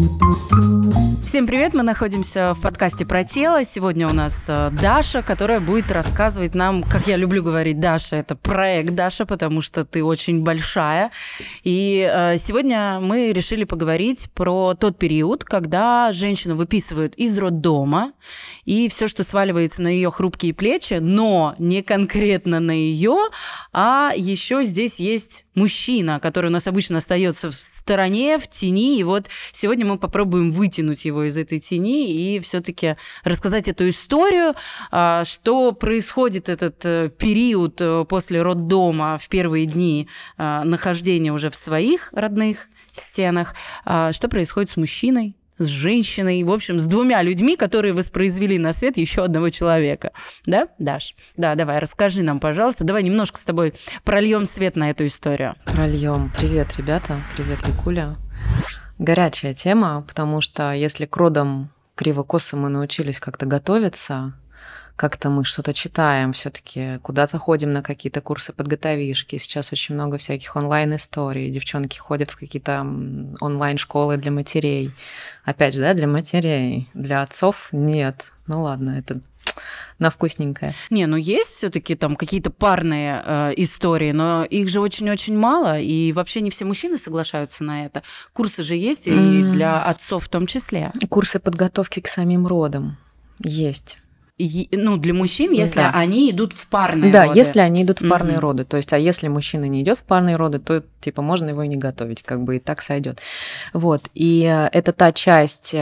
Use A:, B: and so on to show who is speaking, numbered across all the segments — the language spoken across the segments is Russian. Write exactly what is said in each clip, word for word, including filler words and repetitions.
A: Всем привет, мы находимся в подкасте про тело. Сегодня у нас Даша, которая будет рассказывать нам, как я люблю говорить, Даша, это проект Даша, потому что ты очень большая. И сегодня мы решили поговорить про тот период, когда женщину выписывают из роддома, и все, что сваливается на ее хрупкие плечи, но не конкретно на ее, а еще здесь есть мужчина, который у нас обычно остается в стороне, в тени. И вот сегодня мы попробуем вытянуть его из этой тени и все-таки рассказать эту историю, что происходит этот период после роддома в первые дни нахождения уже в своих родных стенах, что происходит с мужчиной, с женщиной, в общем, с двумя людьми, которые воспроизвели на свет еще одного человека. Да, Даш? Да, давай, расскажи нам, пожалуйста. Давай немножко с тобой прольем свет на эту историю.
B: Прольем. Привет, ребята. Привет, Викуля. Горячая тема, потому что если к родам криво-косо мы научились как-то готовиться, как-то мы что-то читаем, все-таки куда-то ходим на какие-то курсы подготовишки. Сейчас очень много всяких онлайн-историй. Девчонки ходят в какие-то онлайн-школы для матерей. Опять же, да, для матерей. Для отцов нет. Ну ладно, это на вкусненькое.
A: Не, ну есть все-таки там какие-то парные э, истории, но их же очень-очень мало, и вообще не все мужчины соглашаются на это. Курсы же есть, mm. и для отцов в том числе.
B: Курсы подготовки к самим родам есть.
A: И, ну, для мужчин, если да. они идут в парные
B: да,
A: роды.
B: Да, если они идут в парные mm-hmm. роды. То есть, а если мужчина не идет в парные роды, то, типа, можно его и не готовить, как бы и так сойдет. Вот. И это та часть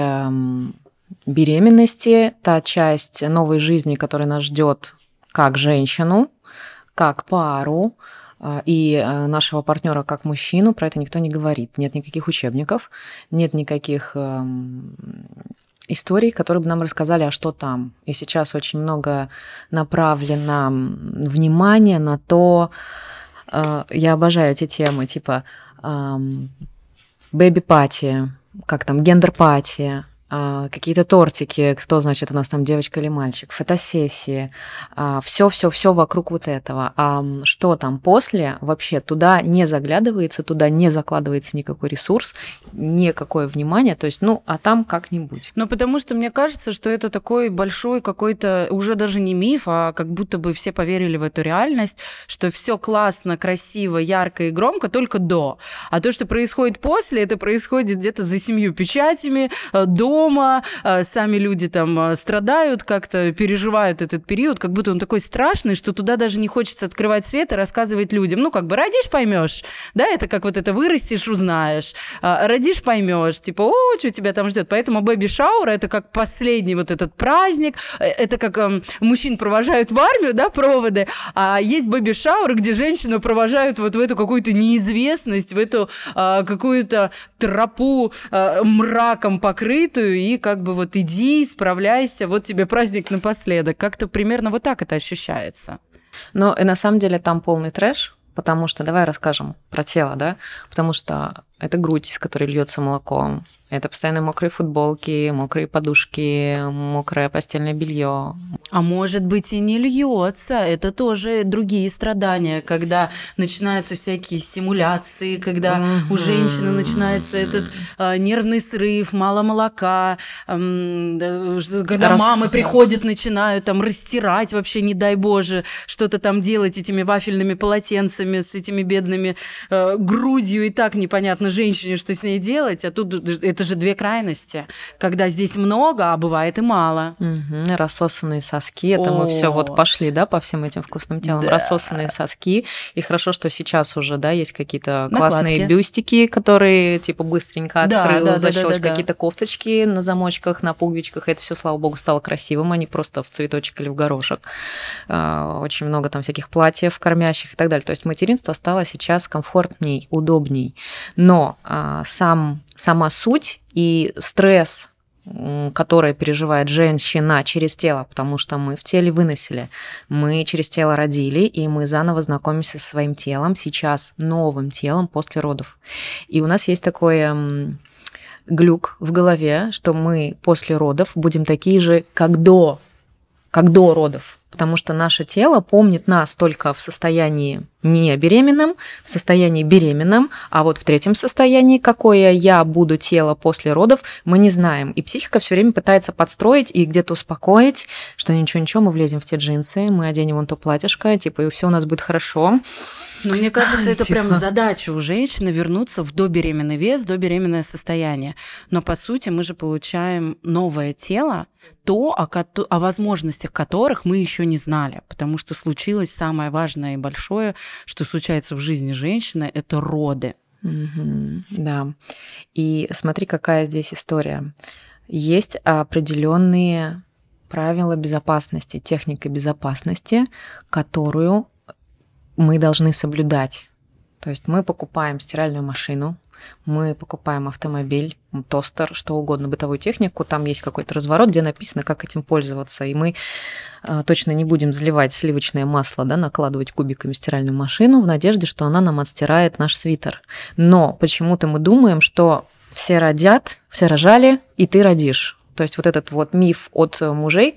B: беременности, та часть новой жизни, которая нас ждет как женщину, как пару, и нашего партнера как мужчину. Про это никто не говорит. Нет никаких учебников, нет никаких историй, которые бы нам рассказали, а что там. И сейчас очень много направлено внимания на то, э, я обожаю эти темы, типа э, бэби-пати, как там, гендер-пати, э, какие-то тортики, кто, значит, у нас там девочка или мальчик, фотосессии, все-все-все вокруг вот этого. А что там после, вообще туда не заглядывается, туда не закладывается никакой ресурс, никакое внимание, то есть, ну, а там как-нибудь.
A: Ну, потому что мне кажется, что это такой большой какой-то, уже даже не миф, а как будто бы все поверили в эту реальность, что все классно, красиво, ярко и громко только до. А то, что происходит после, это происходит где-то за семью печатями, дома, сами люди там страдают, как-то переживают этот период, как будто он такой страшный, что туда даже не хочется открывать свет и рассказывать людям. Ну, как бы родишь, поймешь, да, это как вот это вырастешь, узнаешь. Родишь, поймешь, типа, о, что тебя там ждет. Поэтому бэби-шаур – это как последний вот этот праздник, это как э, мужчин провожают в армию, да, проводы, а есть бэби-шаур, где женщину провожают вот в эту какую-то неизвестность, в эту э, какую-то тропу э, мраком покрытую, и как бы вот иди, справляйся, вот тебе праздник напоследок. Как-то примерно вот так это ощущается.
B: Но и на самом деле там полный трэш, потому что, давай расскажем про тело, да, потому что это грудь, из которой льется молоко. Это постоянно мокрые футболки, мокрые подушки, мокрое постельное белье.
A: А может быть и не льется. Это тоже другие страдания, когда начинаются всякие симуляции, когда mm-hmm. у женщины начинается этот э, нервный срыв, мало молока, э, когда Рас... мамы приходят, начинают там растирать вообще, не дай Боже, что-то там делать этими вафельными полотенцами с этими бедными э, грудью, и так непонятно женщине, что с ней делать, а тут это же две крайности, когда здесь много, а бывает и мало.
B: Угу. Рассосанные соски, это О. мы все вот пошли, да, по всем этим вкусным телам, да. Рассосанные соски, и хорошо, что сейчас уже, да, есть какие-то накладки. Классные бюстики, которые типа быстренько открыл, да, да, защелочь, да, да, да, какие-то кофточки на замочках, на пуговичках, это все, слава богу, стало красивым, а не просто в цветочек или в горошек. Очень много там всяких платьев кормящих и так далее. То есть материнство стало сейчас комфортней, удобней, но а, сам, сама суть и стресс, который переживает женщина через тело, потому что мы в теле выносили, мы через тело родили, и мы заново знакомимся со своим телом, сейчас новым телом после родов. И у нас есть такой глюк в голове, что мы после родов будем такие же, как до, как до родов. потому что наше тело помнит нас только в состоянии не беременном, в состоянии беременном, а вот в третьем состоянии, какое я буду тело после родов, мы не знаем. И психика все время пытается подстроить и где-то успокоить, что ничего-ничего, мы влезем в те джинсы, мы оденем вон то платьишко, типа, и все у нас будет хорошо.
A: Ну, мне кажется, это прям задача у женщины вернуться в добеременный вес, добеременное состояние. Но, по сути, мы же получаем новое тело, то, о, ко- о возможностях которых мы еще не знали, потому что случилось самое важное и большое, что случается в жизни женщины, это роды.
B: Mm-hmm, да. И смотри, какая здесь история. Есть определенные правила безопасности, техника безопасности, которую мы должны соблюдать. То есть мы покупаем стиральную машину, мы покупаем автомобиль, тостер, что угодно, бытовую технику, там есть какой-то разворот, где написано, как этим пользоваться, и мы э, точно не будем заливать сливочное масло, да, накладывать кубиками в стиральную машину в надежде, что она нам отстирает наш свитер. Но почему-то мы думаем, что все родят, все рожали, и ты родишь. То есть вот этот вот миф от мужей,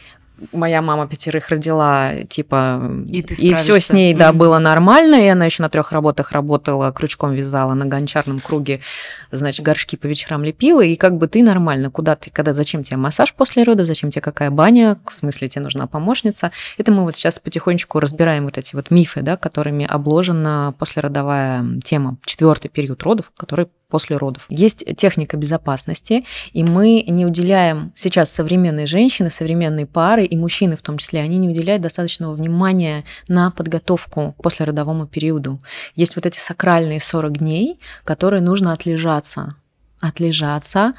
B: моя мама пятерых родила, типа, и, и все с ней, да, mm-hmm. было нормально, и она еще на трех работах работала, крючком вязала, на гончарном круге, значит, горшки по вечерам лепила, и как бы ты нормально, куда ты, когда, зачем тебе массаж после родов, зачем тебе какая баня, в смысле тебе нужна помощница. Это мы вот сейчас потихонечку разбираем вот эти вот мифы, да, которыми обложена послеродовая тема, четвертый период родов, который после родов. Есть техника безопасности, и мы не уделяем, сейчас современные женщины, современные пары, и мужчины в том числе, они не уделяют достаточного внимания на подготовку к послеродовому периоду. Есть вот эти сакральные сорок дней, которые нужно отлежаться, отлежаться,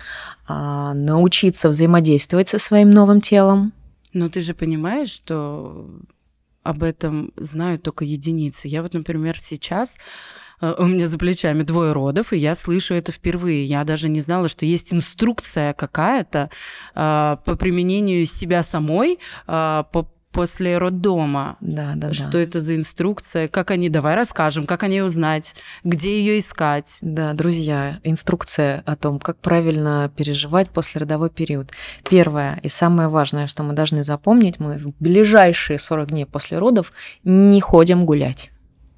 B: научиться взаимодействовать со своим новым телом.
A: Но ты же понимаешь, что об этом знают только единицы. Я вот, например, сейчас... У меня за плечами двое родов, и я слышу это впервые. Я даже не знала, что есть инструкция какая-то э, по применению себя самой э, по, после роддома.
B: Да, да,
A: что
B: да.
A: это за инструкция? Как они? Давай расскажем, как они узнать, где ее искать.
B: Да, друзья, инструкция о том, как правильно переживать послеродовой период. Первое и самое важное, что мы должны запомнить, мы в ближайшие сорок дней после родов не ходим гулять.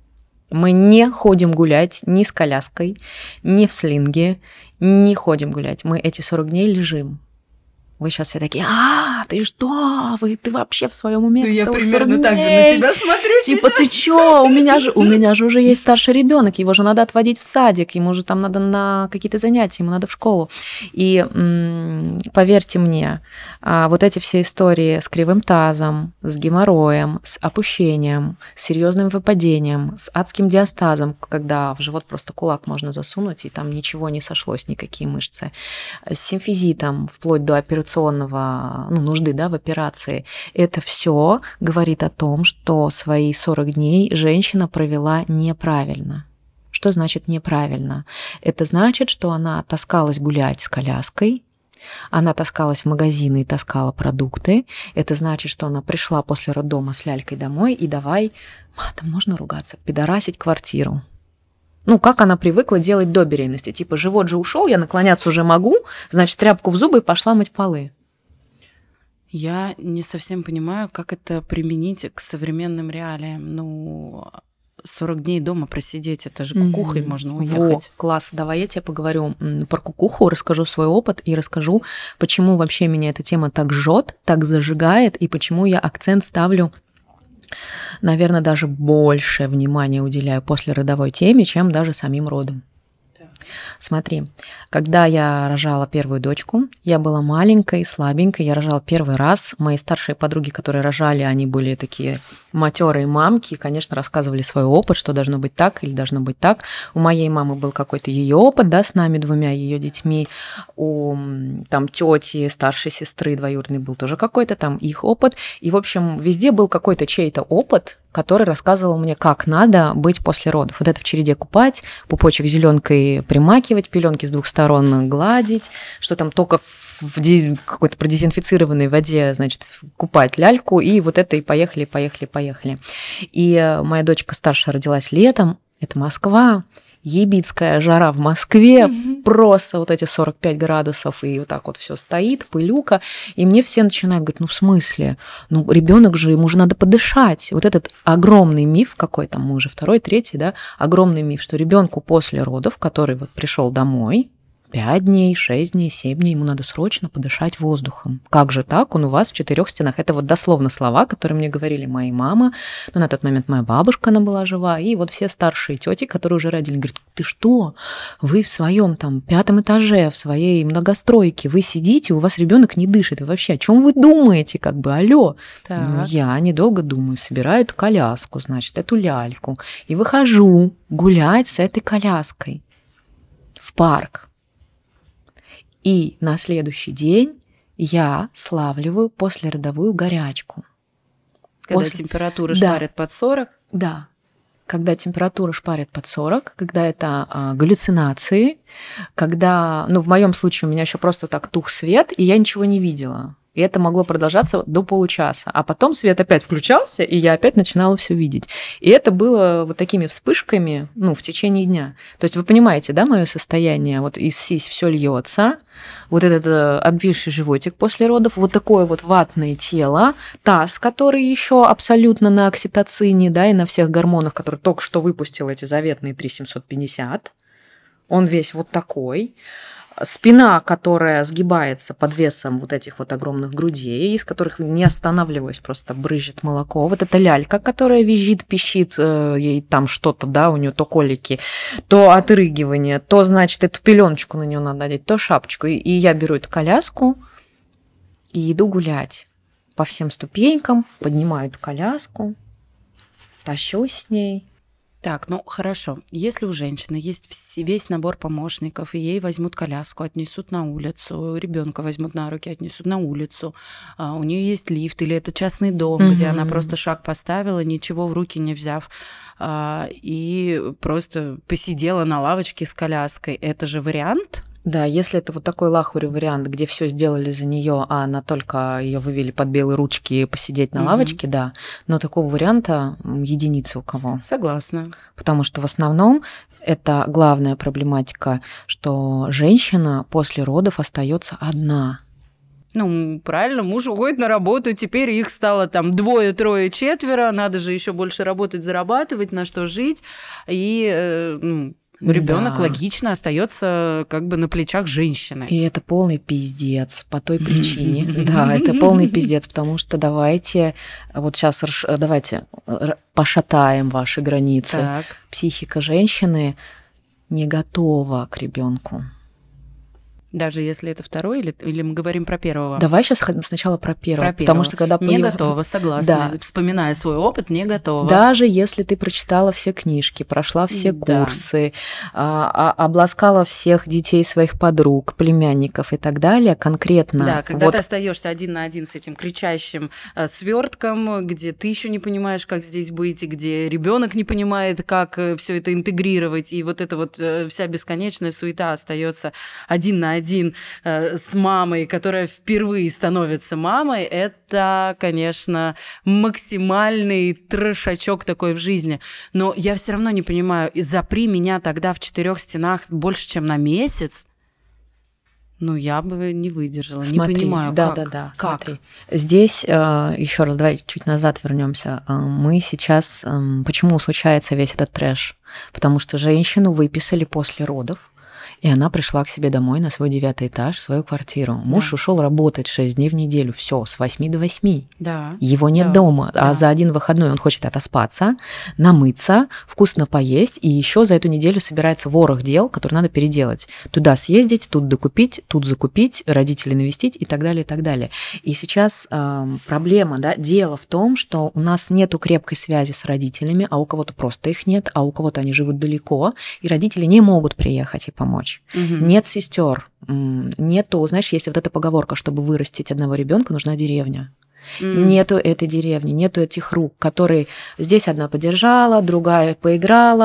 B: Мы не ходим гулять ни с коляской, ни в слинге, не ходим гулять. Мы эти сорок дней лежим. Вы сейчас все такие: а, ты что? Вы, ты вообще в своем уме?
A: Ну, я примерно так же на тебя смотрю.
B: Типа, сейчас. Ты чё? У меня же, у меня же уже есть старший ребенок, его же надо отводить в садик, ему же там надо на какие-то занятия, ему надо в школу. И м- поверьте мне, вот эти все истории с кривым тазом, с геморроем, с опущением, с серьезным выпадением, с адским диастазом, когда в живот просто кулак можно засунуть, и там ничего не сошлось, никакие мышцы, с симфизитом, вплоть до операционного, ну, нужды, да, в операции. Это все говорит о том, что свои сорок дней женщина провела неправильно. Что значит неправильно? Это значит, что она таскалась гулять с коляской, она таскалась в магазины и таскала продукты. Это значит, что она пришла после роддома с лялькой домой и давай, матом можно ругаться, пидорасить квартиру. Ну, как она привыкла делать до беременности. Типа, живот же ушел, я наклоняться уже могу, значит, тряпку в зубы и пошла мыть полы.
A: Я не совсем понимаю, как это применить к современным реалиям. Ну, сорок дней дома просидеть, это же кукухой mm-hmm. можно уехать.
B: Во, класс, давай я тебе поговорю про кукуху, расскажу свой опыт и расскажу, почему вообще меня эта тема так жжет, так зажигает, и почему я акцент ставлю, наверное, даже больше внимания уделяю послеродовой теме, чем даже самим родам. Да. Смотри, когда я рожала первую дочку, я была маленькой, слабенькой, я рожала первый раз. Мои старшие подруги, которые рожали, они были такие матёрые мамки, конечно, рассказывали свой опыт, что должно быть так или должно быть так. У моей мамы был какой-то ее опыт, да, с нами двумя ее детьми. У там тети, старшей сестры двоюродной был тоже какой-то там их опыт. И, в общем, везде был какой-то чей-то опыт, который рассказывал мне, как надо быть после родов. Вот это в череде купать, пупочек зеленкой примакивать, пеленки с двух сторон гладить, что там только в какой-то продезинфицированной воде, значит, купать ляльку, и вот это и поехали, поехали, поехали. И моя дочка старшая родилась летом, это Москва, ебицкая жара в Москве, mm-hmm. просто вот эти сорок пять градусов, и вот так вот все стоит, пылюка, и мне все начинают говорить, ну в смысле, ну ребенок же, ему же надо подышать. Вот этот огромный миф какой там, мы уже второй, третий, да, огромный миф, что ребенку после родов, который вот пришел домой, пять дней, шесть дней, семь дней, ему надо срочно подышать воздухом. Как же так? Он у вас в четырех стенах. Это вот дословно слова, которые мне говорили моя мама, ну, на тот момент моя бабушка, она была жива, и вот все старшие тети, которые уже родили, говорят, ты что? Вы в своем там пятом этаже, в своей многостройке, вы сидите, у вас ребенок не дышит. Вы вообще о чем вы думаете? Как бы, алло. Ну, я недолго думаю, собираю эту коляску, значит, эту ляльку, и выхожу гулять с этой коляской в парк. И на следующий день я славливаю послеродовую горячку.
A: Когда
B: После...
A: температура
B: да.
A: шпарит под сорок?
B: Да. Когда температура шпарит под сорок, когда это а, галлюцинации, когда, ну, в моем случае у меня еще просто так тух свет, и я ничего не видела. И это могло продолжаться до получаса. А потом свет опять включался, и я опять начинала все видеть. И это было вот такими вспышками, ну, в течение дня. То есть вы понимаете, да, мое состояние? Вот из сись все льется, вот этот обвисший животик после родов, вот такое вот ватное тело, таз, который еще абсолютно на окситоцине, да, и на всех гормонах, который только что выпустил эти заветные три семьсот пятьдесят. Он весь вот такой. Спина, которая сгибается под весом вот этих вот огромных грудей, из которых, не останавливаясь, просто брызжет молоко. Вот эта лялька, которая визжит, пищит, ей там что-то, да, у нее то колики, то отрыгивание, то, значит, эту пеленочку на нее надо надеть, то шапочку. И я беру эту коляску и иду гулять по всем ступенькам, поднимаю эту коляску, тащусь с ней.
A: Так, ну хорошо. Если у женщины есть весь набор помощников, и ей возьмут коляску, отнесут на улицу, ребенка возьмут на руки, отнесут на улицу, а у нее есть лифт, или это частный дом, mm-hmm. где она просто шаг поставила, ничего в руки не взяв, а, и просто посидела на лавочке с коляской, это же вариант?
B: Да, если это вот такой лахури вариант, где все сделали за нее, а она только ее вывели под белые ручки посидеть на mm-hmm. лавочке, да. Но такого варианта единицы у кого.
A: Согласна.
B: Потому что в основном это главная проблематика, что женщина после родов остается одна.
A: Ну, правильно, муж уходит на работу, теперь их стало там двое, трое, четверо, надо же еще больше работать, зарабатывать, на что жить, и э, ну, ребенок да. логично остается как бы на плечах женщины.
B: И это полный пиздец по той причине. Да, это полный пиздец, потому что давайте вот сейчас давайте пошатаем ваши границы.
A: Так.
B: Психика женщины не готова к ребенку.
A: Даже если это второй, или, или мы говорим про первого?
B: Давай сейчас сначала про первого.
A: Про первого.
B: Потому что когда
A: не появ... готова, согласна. Да. Вспоминая свой опыт, не готова.
B: Даже если ты прочитала все книжки, прошла все да. курсы, а, а, обласкала всех детей своих подруг, племянников и так далее, конкретно.
A: Да, когда
B: вот...
A: ты остаешься один на один с этим кричащим а, свертком, где ты еще не понимаешь, как здесь быть, и где ребенок не понимает, как все это интегрировать, и вот эта вот вся бесконечная суета остается один на один. один э, с мамой, которая впервые становится мамой, это, конечно, максимальный трешачок такой в жизни. Но я все равно не понимаю, запри меня тогда в четырех стенах больше, чем на месяц, ну, я бы не выдержала.
B: Смотри,
A: не понимаю,
B: да,
A: как.
B: Да, да,
A: как?
B: Смотри. Здесь э, еще раз, давай чуть назад вернемся. Мы сейчас... Э, почему случается весь этот трэш? Потому что женщину выписали после родов, и она пришла к себе домой на свой девятый этаж, в свою квартиру. Муж да. ушел работать шесть дней в неделю. Все, с восьми до восьми.
A: Да.
B: Его нет
A: да.
B: дома.
A: Да.
B: А за один выходной он хочет отоспаться, намыться, вкусно поесть, и еще за эту неделю собирается ворох дел, которые надо переделать. Туда съездить, тут докупить, тут закупить, родителей навестить и так далее, и так далее. И сейчас э, проблема, да, дело в том, что у нас нету крепкой связи с родителями, а у кого-то просто их нет, а у кого-то они живут далеко, и родители не могут приехать и помочь. Угу. Нет сестер, нету, знаешь, есть вот эта поговорка, чтобы вырастить одного ребенка, нужна деревня. Mm. Нету этой деревни, нету этих рук, которые здесь одна подержала, другая поиграла,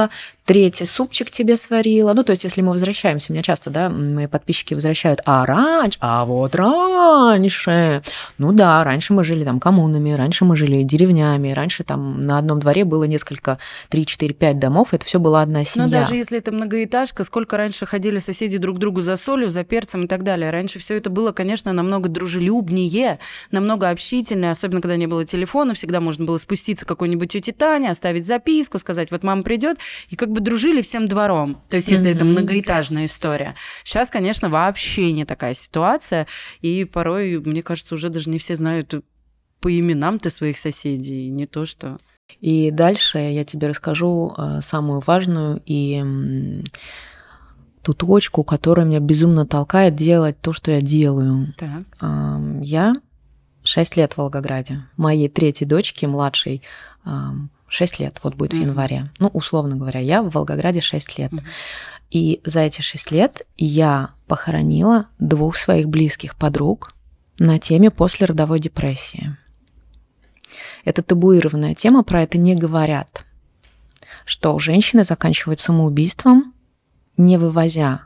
B: третий супчик тебе сварила. Ну, то есть, если мы возвращаемся, меня часто, да, мои подписчики возвращают, а раньше, а вот раньше, ну да, раньше мы жили там коммунами, раньше мы жили деревнями, раньше там на одном дворе было несколько, три, четыре, пять домов, это все была одна семья.
A: Но даже если это многоэтажка, сколько раньше ходили соседи друг к другу за солью, за перцем и так далее. Раньше все это было, конечно, намного дружелюбнее, намного общительнее, особенно когда не было телефона, всегда можно было спуститься к какой-нибудь тете Тане, оставить записку, сказать, вот мама придет, и как бы дружили всем двором. То есть, если mm-hmm. это многоэтажная история. Сейчас, конечно, вообще не такая ситуация, и порой, мне кажется, уже даже не все знают по именам-то своих соседей, не то что...
B: И дальше я тебе расскажу самую важную и ту точку, которая меня безумно толкает делать то, что я делаю.
A: Так.
B: Я шесть лет в Волгограде. Моей третьей дочке, младшей, шесть лет, вот будет mm-hmm. в январе. Ну, условно говоря, я в Волгограде шесть лет. Mm-hmm. И за эти шесть лет я похоронила двух своих близких подруг на теме послеродовой депрессии. Это табуированная тема, про это не говорят. Что женщины заканчивают самоубийством, не вывозя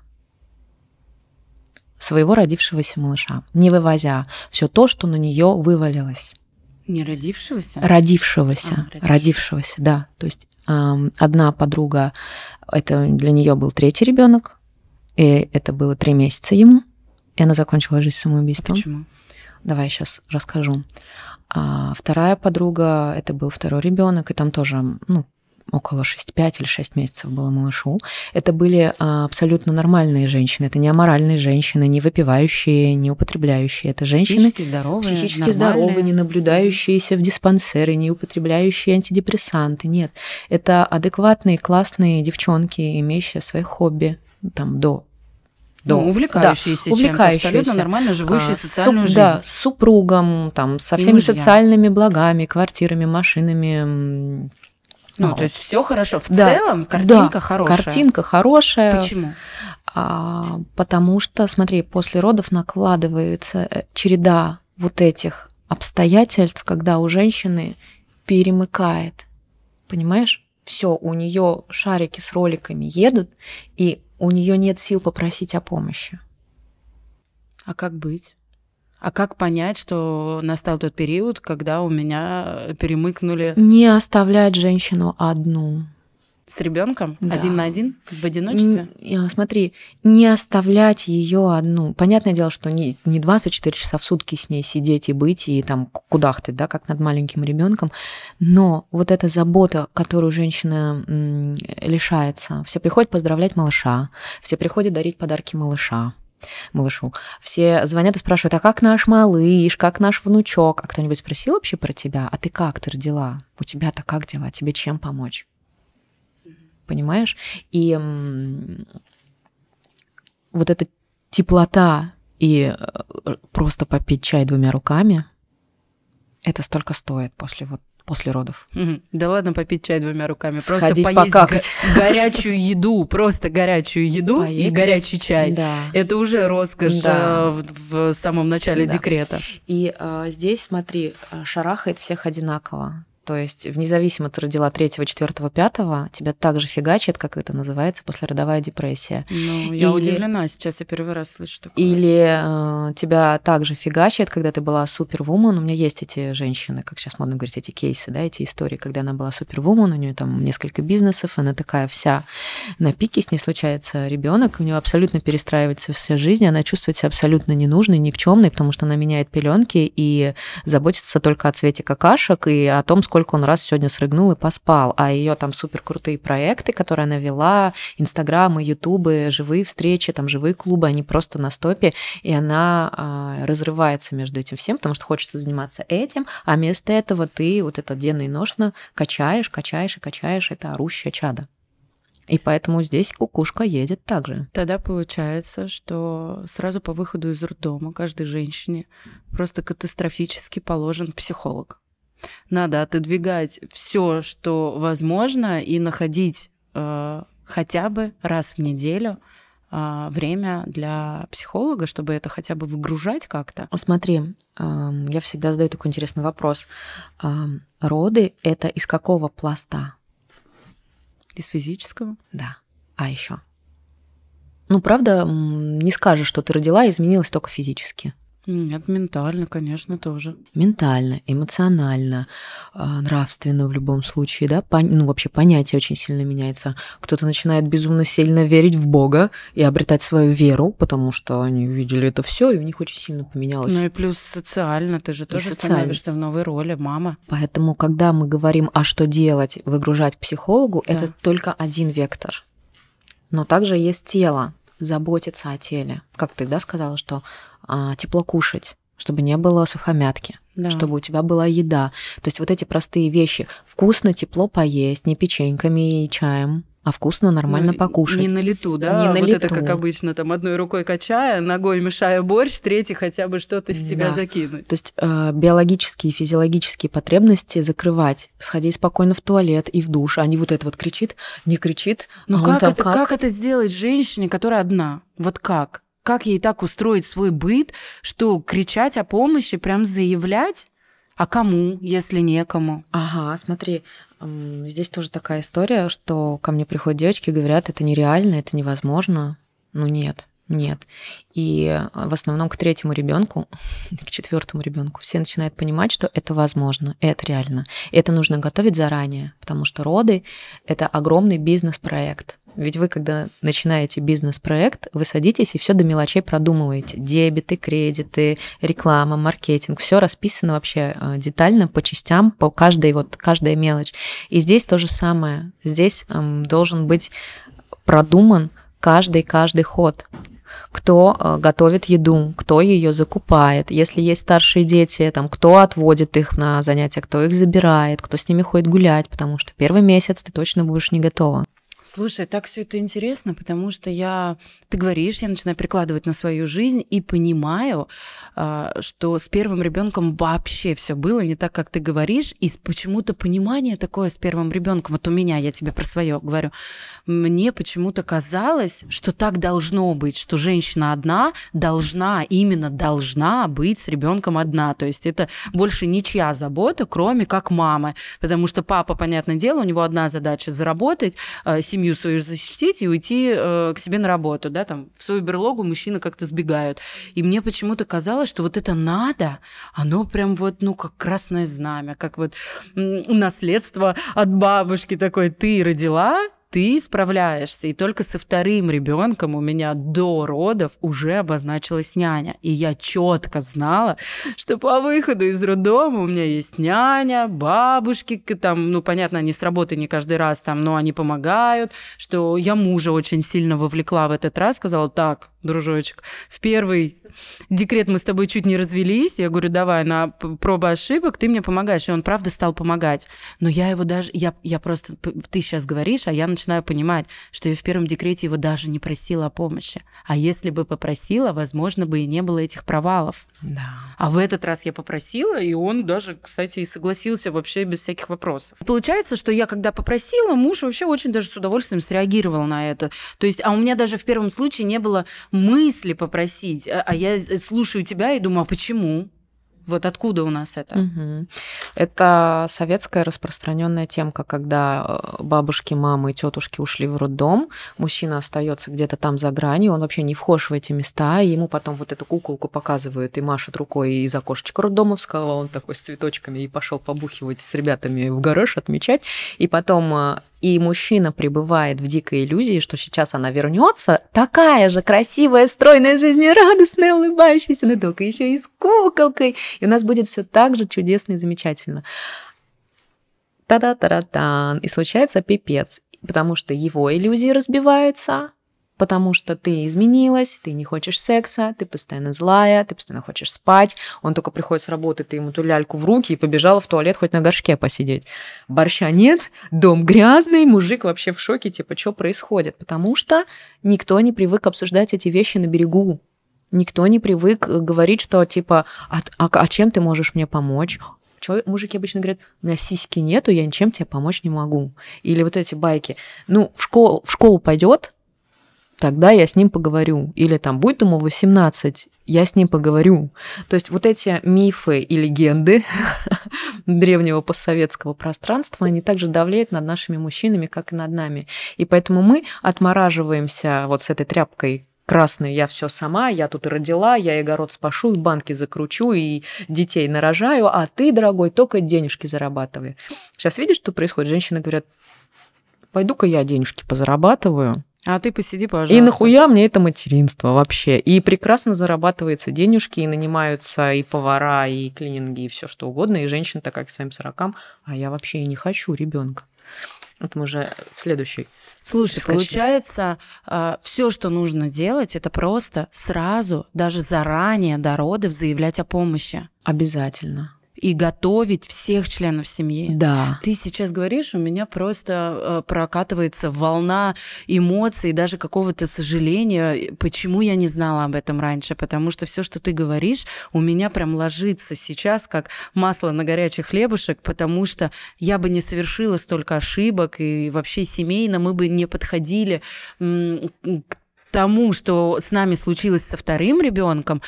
B: своего родившегося малыша, не вывозя все то, что на нее вывалилось.
A: Не родившегося?
B: Родившегося.
A: А, родившегося.
B: Родившегося, да. То есть эм, одна подруга, это для нее был третий ребенок, и это было три месяца ему, и она закончила жизнь самоубийством.
A: А почему?
B: Давай я сейчас расскажу. А вторая подруга, это был второй ребенок, и там тоже, ну, около шесть-пять или шесть месяцев было малышу. Это были абсолютно нормальные женщины. Это не аморальные женщины, не выпивающие, не употребляющие. Это женщины
A: психически здоровые,
B: психически здоровые, не наблюдающиеся в диспансеры, не употребляющие антидепрессанты. Нет, это адекватные, классные девчонки, имеющие свои хобби там до
A: Ну, увлекающиеся
B: да,
A: чем-то, увлекающиеся. Абсолютно нормально живущие
B: а,
A: социальную
B: с,
A: жизнь.
B: Да, с супругом, там, со всеми социальными благами, квартирами, машинами.
A: Ну, то есть все хорошо. В
B: да,
A: целом картинка
B: да,
A: хорошая.
B: Картинка хорошая.
A: Почему?
B: А, потому что, смотри, после родов накладывается череда вот этих обстоятельств, когда у женщины перемыкает. Понимаешь? Все, у нее шарики с роликами едут, и у нее нет сил попросить о помощи.
A: А как быть? А как понять, что настал тот период, когда у меня перемыкнули?
B: Не оставлять женщину одну.
A: С ребенком?
B: Да.
A: Один на один? В одиночестве?
B: Смотри, не оставлять ее одну. Понятное дело, что не, не двадцать четыре часа в сутки с ней сидеть и быть, и там кудахтать, да, как над маленьким ребенком. Но вот эта забота, которую женщина м, лишается, все приходят поздравлять малыша, все приходят дарить подарки малыша. малышу. Все звонят и спрашивают, а как наш малыш, как наш внучок? А кто-нибудь спросил вообще про тебя? А ты как, ты родила? У тебя-то как дела? Тебе чем помочь? Понимаешь? И м- вот эта теплота и просто попить чай двумя руками, это столько стоит после вот после родов.
A: Угу. Да ладно, попить чай двумя руками.
B: Сходить
A: просто поесть
B: покакать.
A: Го- горячую еду, просто горячую еду поесть, и горячий чай.
B: Да.
A: Это уже роскошь
B: да.
A: в, в самом начале
B: да.
A: декрета.
B: И а, здесь, смотри, шарахает всех одинаково. То есть, вне зависимости, ты родила третьего, четвертого, пятого, тебя так же фигачит, как это называется, послеродовая депрессия.
A: Ну, я или... удивлена, сейчас я первый раз слышу такое.
B: Или э, тебя так же фигачит, когда ты была супервумен. У меня есть эти женщины, как сейчас модно говорить, эти кейсы, да, эти истории, когда она была супервумен, у нее там несколько бизнесов, она такая вся на пике, с ней случается ребенок, у нее абсолютно перестраивается вся жизнь, она чувствует себя абсолютно ненужной, никчемной, потому что она меняет пеленки и заботится только о цвете какашек и о том, сколько сколько он раз сегодня срыгнул и поспал, а ее там супер крутые проекты, которые она вела, инстаграмы, ютубы, живые встречи, там живые клубы, они просто на стопе, и она а, разрывается между этим всем, потому что хочется заниматься этим, а вместо этого ты вот это денно и ношно качаешь, качаешь и качаешь это орущее чадо. И поэтому здесь кукушка едет так же.
A: Тогда получается, что сразу по выходу из роддома каждой женщине просто катастрофически положен психолог. Надо отодвигать все, что возможно, и находить э, хотя бы раз в неделю э, время для психолога, чтобы это хотя бы выгружать как-то.
B: Смотри, э, я всегда задаю такой интересный вопрос. Э, роды – это из какого пласта?
A: Из физического?
B: Да. А еще. Ну, правда, не скажешь, что ты родила и изменилась только физически.
A: Нет, ментально, конечно, тоже.
B: Ментально, эмоционально, нравственно в любом случае, да, Пон... ну, вообще понятие очень сильно меняется. Кто-то начинает безумно сильно верить в Бога и обретать свою веру, потому что они увидели это все, и у них очень сильно поменялось.
A: Ну и плюс социально, ты же тоже становишься в новой роли, мама.
B: Поэтому, когда мы говорим, а что делать, выгружать психологу, да. Это только один вектор. Но также есть тело, заботиться о теле. Как ты, да, сказала, что а, тепло кушать, чтобы не было сухомятки, да. Чтобы у тебя была еда. То есть вот эти простые вещи. Вкусно, тепло поесть, не печеньками и чаем, а вкусно, нормально ну, покушать.
A: Не на лету, да?
B: Не на
A: вот
B: лету.
A: Это как обычно, там одной рукой качая, ногой мешая борщ, третий хотя бы что-то в себя да. закинуть.
B: То есть э, биологические, физиологические потребности закрывать, сходить спокойно в туалет и в душ, а не вот это вот кричит, не кричит.
A: Ну
B: а
A: как,
B: он там
A: это,
B: как?
A: как это сделать женщине, которая одна? Вот как? Как ей так устроить свой быт, что кричать о помощи, прям заявлять? А кому, если некому?
B: Ага, смотри, здесь тоже такая история, что ко мне приходят девочки и говорят, это нереально, это невозможно. Ну нет, нет. И в основном к третьему ребенку, к четвертому ребенку все начинают понимать, что это возможно, это реально. Это нужно готовить заранее, потому что роды – это огромный бизнес-проект. Ведь вы, когда начинаете бизнес-проект, вы садитесь и все до мелочей продумываете. Дебеты, кредиты, реклама, маркетинг. Все расписано вообще детально по частям, по каждой, вот, каждая мелочь. И здесь то же самое. Здесь эм, должен быть продуман каждый-каждый ход. Кто э, готовит еду, кто ее закупает. Если есть старшие дети, там, кто отводит их на занятия, кто их забирает, кто с ними ходит гулять, потому что первый месяц ты точно будешь не готова.
A: Слушай, так все это интересно, потому что я, ты говоришь, я начинаю прикладывать на свою жизнь и понимаю, что с первым ребенком вообще все было не так, как ты говоришь, и почему-то понимание такое с первым ребенком, вот у меня, я тебе про свое говорю, мне почему-то казалось, что так должно быть, что женщина одна должна, именно должна быть с ребенком одна, то есть это больше ничья забота, кроме как мамы, потому что папа, понятное дело, у него одна задача заработать, семью свою защитить и уйти э, к себе на работу, да, там, в свою берлогу мужчины как-то сбегают. И мне почему-то казалось, что вот это надо, оно прям вот, ну, как красное знамя, как вот м- наследство от бабушки такой, ты родила, ты справляешься. И только со вторым ребенком у меня до родов уже обозначилась няня. И я четко знала, что по выходу из роддома у меня есть няня, бабушки, там, ну, понятно, они с работы не каждый раз там, но они помогают, что я мужа очень сильно вовлекла в этот раз, сказала, так, дружочек, в первый декрет мы с тобой чуть не развелись, я говорю, давай, на пробу ошибок ты мне помогаешь, и он правда стал помогать. Но я его даже, я, я просто, ты сейчас говоришь, а я начинаю понимать, что я в первом декрете его даже не просила о помощи. А если бы попросила, возможно, бы и не было этих провалов.
B: Да.
A: А в этот раз я попросила, и он даже, кстати, и согласился вообще без всяких вопросов. Получается, что я когда попросила, муж вообще очень даже с удовольствием среагировал на это. То есть, а у меня даже в первом случае не было мысли попросить, а я слушаю тебя и думаю, а почему? Вот откуда у нас это?
B: Угу. Это советская распространенная темка, когда бабушки, мамы и тетушки ушли в роддом, мужчина остается где-то там за гранью, он вообще не вхож в эти места, и ему потом вот эту куколку показывают и машут рукой из окошечка роддомовского, он такой с цветочками и пошел побухивать с ребятами в гараж отмечать, и потом и мужчина пребывает в дикой иллюзии, что сейчас она вернется, такая же красивая, стройная, жизнерадостная, улыбающаяся, но только еще и с куколкой. И у нас будет все так же чудесно и замечательно. Та-да-та-да-тан. И случается пипец, потому что его иллюзия разбивается, потому что ты изменилась, ты не хочешь секса, ты постоянно злая, ты постоянно хочешь спать. Он только приходит с работы, ты ему ту ляльку в руки и побежала в туалет хоть на горшке посидеть. Борща нет, дом грязный, мужик вообще в шоке, типа, что происходит? Потому что никто не привык обсуждать эти вещи на берегу. Никто не привык говорить, что, типа, а, а, а чем ты можешь мне помочь? Чё, мужики обычно говорят, у меня сиськи нету, я ничем тебе помочь не могу. Или вот эти байки. Ну, в школу, в школу пойдет, тогда я с ним поговорю. Или там, будет ему восемнадцать, я с ним поговорю. То есть вот эти мифы и легенды древнего постсоветского пространства, они также давляют над нашими мужчинами, как и над нами. И поэтому мы отмораживаемся вот с этой тряпкой красной: я все сама, я тут и родила, я и огород спашу, и банки закручу, и детей нарожаю, а ты, дорогой, только денежки зарабатывай. Сейчас видишь, что происходит? Женщины говорят: пойду-ка я денежки позарабатываю.
A: А ты посиди, пожалуйста.
B: И нахуя мне это материнство вообще? И прекрасно зарабатываются денежки, и нанимаются и повара, и клининги, и все что угодно. И женщина такая к своим сорокам: а я вообще и не хочу ребенка. Это мы уже в следующей.
A: Слушай, получается, все, что нужно делать, это просто сразу, даже заранее до родов заявлять о помощи.
B: Обязательно.
A: И готовить всех членов семьи.
B: Да.
A: Ты сейчас говоришь, у меня просто прокатывается волна эмоций, даже какого-то сожаления, почему я не знала об этом раньше, потому что все, что ты говоришь, у меня прям ложится сейчас как масло на горячий хлебушек, потому что я бы не совершила столько ошибок, и вообще семейно мы бы не подходили к тому, что с нами случилось со вторым ребенком,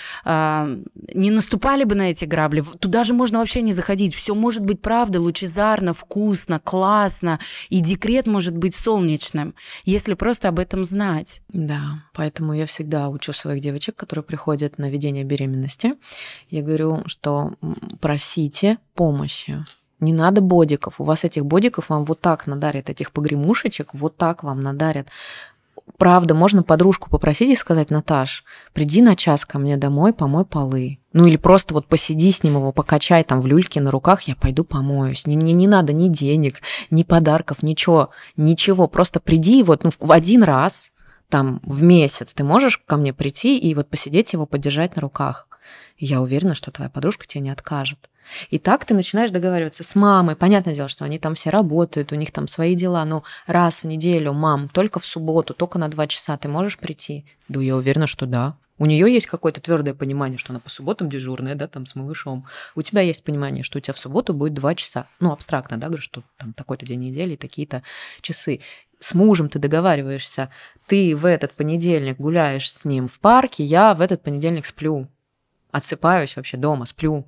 A: не наступали бы на эти грабли. Туда же можно вообще не заходить. Все может быть, правда, лучезарно, вкусно, классно, и декрет может быть солнечным, если просто об этом знать.
B: Да, поэтому я всегда учу своих девочек, которые приходят на ведение беременности. Я говорю, что просите помощи. Не надо бодиков. У вас этих бодиков вам вот так надарят, этих погремушечек вот так вам надарят. Правда, можно подружку попросить и сказать: Наташ, приди на час ко мне домой, помой полы. Ну или просто вот посиди с ним, его покачай там в люльке на руках, я пойду помоюсь. Не, не, не надо ни денег, ни подарков, ничего, ничего. Просто приди вот ну, в один раз, там, в месяц ты можешь ко мне прийти и вот посидеть его, подержать на руках. И я уверена, что твоя подружка тебе не откажет. И так ты начинаешь договариваться с мамой. Понятное дело, что они там все работают, у них там свои дела, но раз в неделю: мам, только в субботу, только на два часа ты можешь прийти? Да, я уверена, что да. У нее есть какое-то твердое понимание, что она по субботам дежурная, да, там с малышом. У тебя есть понимание, что у тебя в субботу будет два часа. Ну, абстрактно, да, говорю, что там такой-то день недели, такие-то часы. С мужем ты договариваешься, ты в этот понедельник гуляешь с ним в парке, я в этот понедельник сплю. Отсыпаюсь вообще дома, сплю.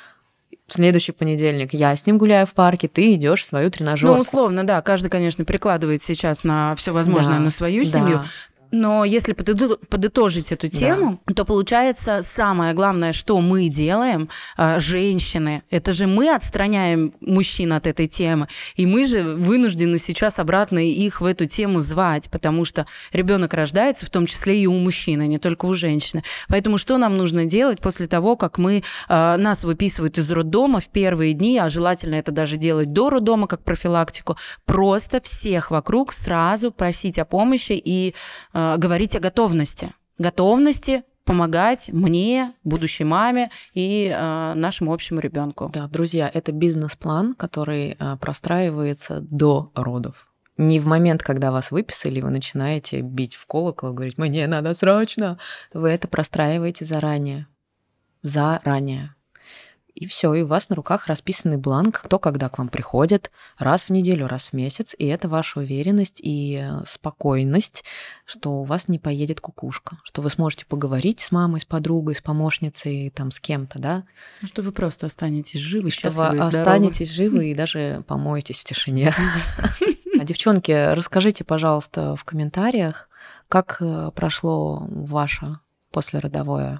B: В следующий понедельник я с ним гуляю в парке, ты идешь в свою тренажерку.
A: Ну, условно, да, каждый, конечно, прикладывает сейчас на все возможное, да, на свою семью. Да. Но если подытожить эту тему, да, то получается самое главное, что мы делаем, женщины, это же мы отстраняем мужчин от этой темы, и мы же вынуждены сейчас обратно их в эту тему звать, потому что ребенок рождается, в том числе и у мужчины, не только у женщины. Поэтому что нам нужно делать после того, как мы, нас выписывают из роддома в первые дни, а желательно это даже делать до роддома, как профилактику, просто всех вокруг сразу просить о помощи и говорить о готовности. Готовности помогать мне, будущей маме и э, нашему общему ребенку.
B: Да, друзья, это бизнес-план, который э, простраивается до родов. Не в момент, когда вас выписали, вы начинаете бить в колокол и говорить: мне надо срочно. Вы это простраиваете заранее. Заранее. И все, и у вас на руках расписанный бланк, кто когда к вам приходит, раз в неделю, раз в месяц, и это ваша уверенность и спокойность, что у вас не поедет кукушка, что вы сможете поговорить с мамой, с подругой, с помощницей, там, с кем-то, да?
A: Что вы просто останетесь живы,
B: что вы останетесь живы и даже помоетесь в тишине. А, девчонки, расскажите, пожалуйста, в комментариях, как прошло ваше послеродовое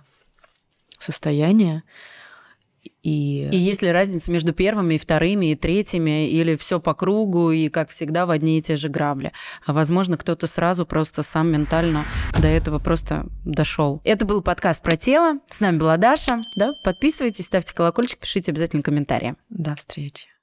B: состояние. И...
A: и есть ли разница между первыми, и вторыми, и третьими, или все по кругу, и, как всегда, в одни и те же грабли. А, возможно, кто-то сразу просто сам ментально до этого просто дошел. Это был подкаст про тело. С нами была Даша. Да? Подписывайтесь, ставьте колокольчик, пишите обязательно комментарии.
B: До встречи.